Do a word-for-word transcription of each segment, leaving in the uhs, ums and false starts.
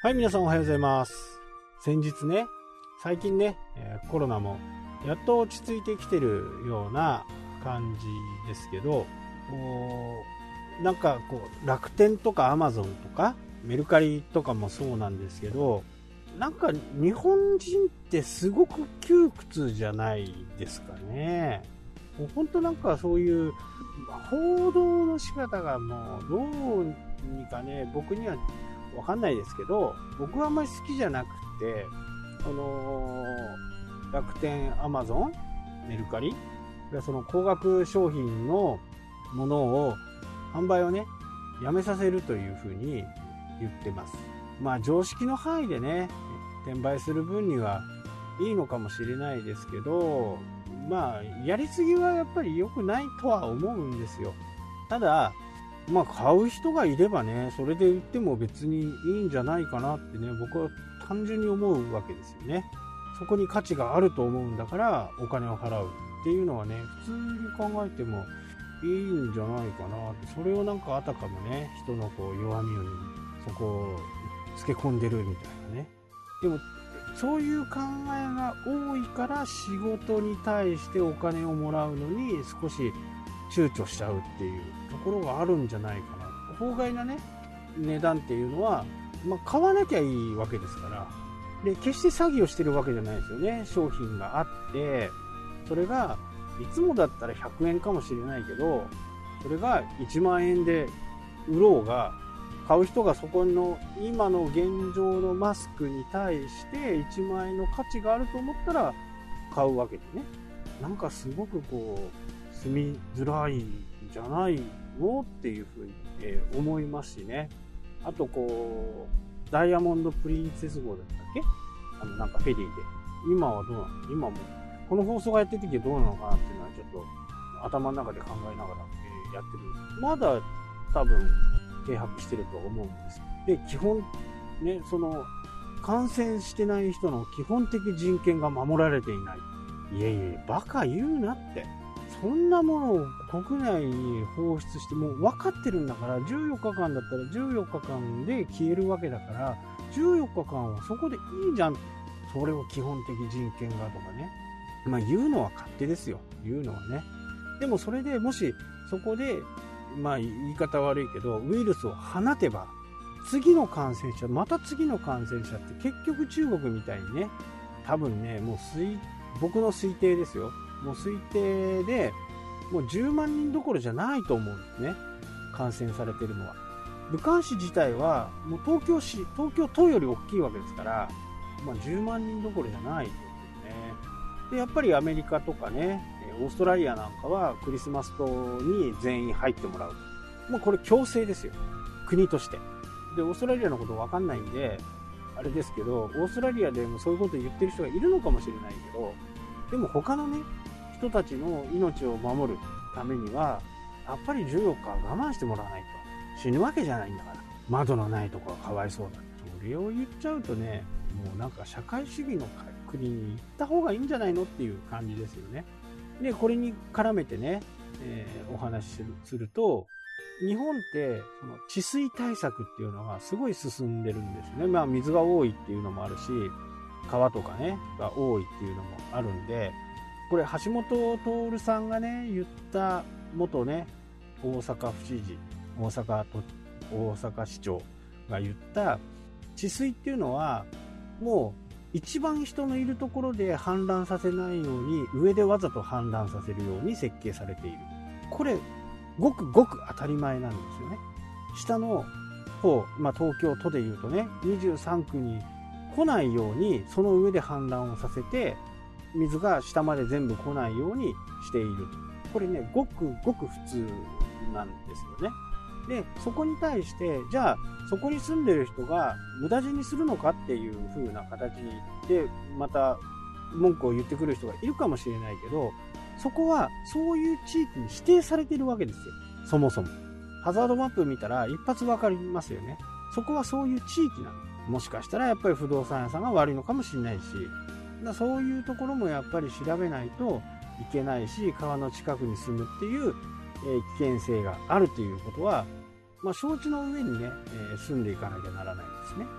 はい、皆さんおはようございます。先日ね、最近ね、えーコロナもやっと落ち着いてきてるような感じですけど、こうなんかこう楽天とかアマゾンとかメルカリとかもそうなんですけど、なんか日本人ってすごく窮屈じゃないですかね。もう本当なんかそういう報道の仕方がもうどうにかね、僕にはわかんないですけど、僕はあんまり好きじゃなくて、あのー、楽天、アマゾン、メルカリ、その高額商品のものを販売をね、やめさせるというふうに言ってます。まあ常識の範囲でね、転売する分にはいいのかもしれないですけど、まあやりすぎはやっぱり良くないとは思うんですよ。ただまあ買う人がいればね、それで売っても別にいいんじゃないかなってね、僕は単純に思うわけですよね。そこに価値があると思うんだからお金を払うっていうのはね、普通に考えてもいいんじゃないかなって。それをなんかあたかもね、人のこう弱みをそこをつけ込んでるみたいなね。でもそういう考えが多いから仕事に対してお金をもらうのに少し躊躇しちゃうっていうところがあるんじゃないかな。法外なね、値段っていうのは、まあ、買わなきゃいいわけですから。で、決して詐欺をしてるわけじゃないですよね。商品があって、それがいつもだったらひゃくえんかもしれないけど、それがいちまんえんで売ろうが、買う人がそこの今の現状のマスクに対していちまんえんの価値があると思ったら買うわけでね。なんかすごくこう住みづらいんじゃないのっていうふうに、えー、思いますしね。あとこうダイヤモンドプリンセス号だったっけ、あのなんかフェリーで、今はどうなの、今もこの放送がやってる時はどうなのかなっていうのはちょっと頭の中で考えながら、えー、やってる。まだ多分停泊してると思うんです。で、基本ね、その感染してない人の基本的人権が守られていない。いえいえ、バカ言うなって。そんなものを国内に放出して、もう分かってるんだから、じゅうよっかかんだったらじゅうよっかかんで消えるわけだから、じゅうよっかかんはそこでいいじゃん。それを基本的人権がとかね。まあ言うのは勝手ですよ。言うのはね。でもそれでもしそこで、まあ言い方悪いけど、ウイルスを放てば、次の感染者、また次の感染者って結局中国みたいにね、多分ね、もう推、僕の推定ですよ。もう推定で、もうじゅうまんにんどころじゃないと思うんですね。感染されてるのは。武漢市自体は、もう東京市、東京都より大きいわけですから、まあ、じゅうまんにんどころじゃないですよね。で、やっぱりアメリカとかね、オーストラリアなんかはクリスマス島に全員入ってもらう。もうこれ強制ですよ。国として。で、オーストラリアのことわかんないんで、あれですけど、オーストラリアでもそういうことを言ってる人がいるのかもしれないけど、でも他のね、人たちの命を守るためには、やっぱりじゅうよっか我慢してもらわないと。死ぬわけじゃないんだから。窓のないとこはかわいそうだ。それを言っちゃうとね、もうなんか社会主義の国に行った方がいいんじゃないのっていう感じですよね。で、これに絡めてね、えー、お話しすると、日本ってその治水対策っていうのがすごい進んでるんですよね。まあ水が多いっていうのもあるし、川とかねが多いっていうのもあるんで、これ橋本徹さんがね言った、元ね大阪府知事、大阪都大阪市長が言った治水っていうのは、もう一番人のいるところで氾濫させないように、上でわざと氾濫させるように設計されている。これごくごく当たり前なんですよね。下の方、まあ、東京都でいうとね、にじゅうさんくに来ないようにその上で氾濫をさせて、水が下まで全部来ないようにしている。これね、ごくごく普通なんですよね。で、そこに対して、じゃあそこに住んでる人が無駄死にするのかっていう風な形でまた文句を言ってくる人がいるかもしれないけど、そこはそういう地域に指定されているわけですよ。そもそもハザードマップ見たら一発わかりますよね。そこはそういう地域なの。もしかしたらやっぱり不動産屋さんが悪いのかもしれないし、だそういうところもやっぱり調べないといけないし、川の近くに住むっていう、えー、危険性があるということは、まあ、承知の上にね、えー、住んでいかなきゃならないんですね。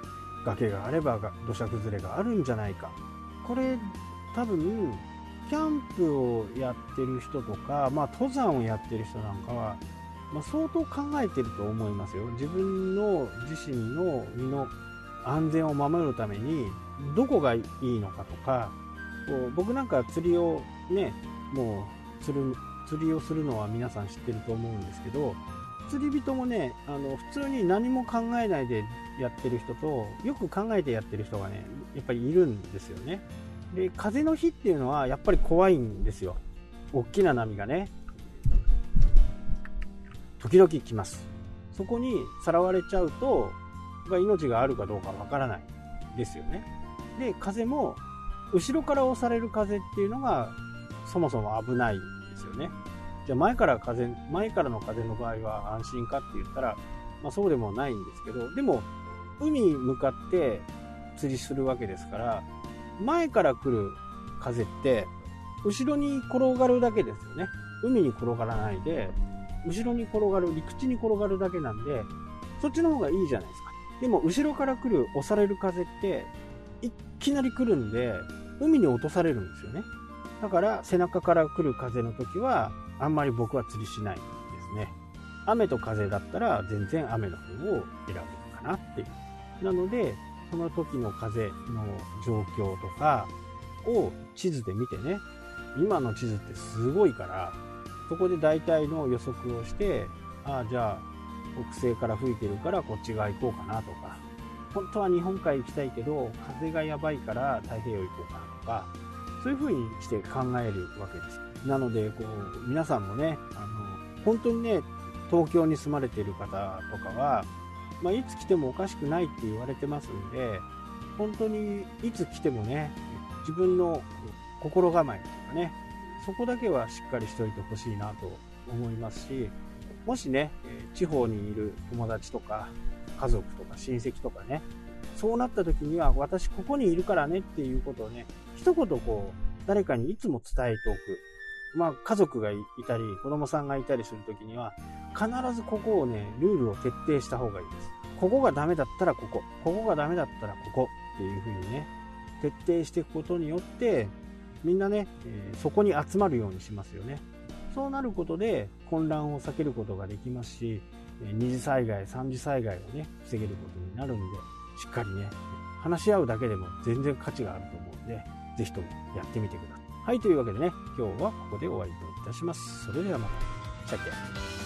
崖があれば土砂崩れがあるんじゃないか。これ多分キャンプをやってる人とか、まあ、登山をやってる人なんかは、まあ、相当考えてると思いますよ。自分の自身の身の安全を守るためにどこがいいのかとか、こう僕なんか釣りをね、もう釣る釣りをするのは皆さん知ってると思うんですけど、釣り人もね、あの普通に何も考えないでやってる人とよく考えてやってる人がね、やっぱりいるんですよね。で、風の日っていうのはやっぱり怖いんですよ。大きな波がね時々来ます。そこにさらわれちゃうと命があるかどうかわからないですよね。で、風も後ろから押される風っていうのがそもそも危ないんですよね。じゃあ前から風前からの風の場合は安心かって言ったら、まあ、そうでもないんですけど、でも海に向かって釣りするわけですから、前から来る風って後ろに転がるだけですよね。海に転がらないで後ろに転がる、陸地に転がるだけなんで、そっちの方がいいじゃないですか。でも後ろから来る押される風っていきなり来るんで海に落とされるんですよね。だから背中から来る風の時はあんまり僕は釣りしないですね。雨と風だったら全然雨の方を選ぶかなっていう。なのでその時の風の状況とかを地図で見てね、今の地図ってすごいから、そこで大体の予測をして、ああじゃあ北西から吹いてるからこっち側行こうかなとか、本当は日本海行きたいけど風がやばいから太平洋行こうかなとか、そういう風にして考えるわけです。なのでこう皆さんもね、あの本当にね、東京に住まれている方とかは、まあ、いつ来てもおかしくないって言われてますんで、本当にいつ来てもね、自分の心構えとかね、そこだけはしっかりしておいてほしいなと思いますし、もしね、地方にいる友達とか家族とか親戚とかね、そうなった時には私ここにいるからねっていうことをね、一言こう誰かにいつも伝えておく。まあ家族がいたり子供さんがいたりする時には必ずここをね、ルールを徹底した方がいいです。ここがダメだったらここ、ここがダメだったらここっていう風にね、徹底していくことによってみんなね、えー、そこに集まるようにしますよね。そうなることで混乱を避けることができますし、二次災害、三次災害をね、防げることになるんで、しっかりね、話し合うだけでも全然価値があると思うんで、ぜひともやってみてください。はい、というわけでね、今日はここで終わりといたします。それではまた。シャッケ。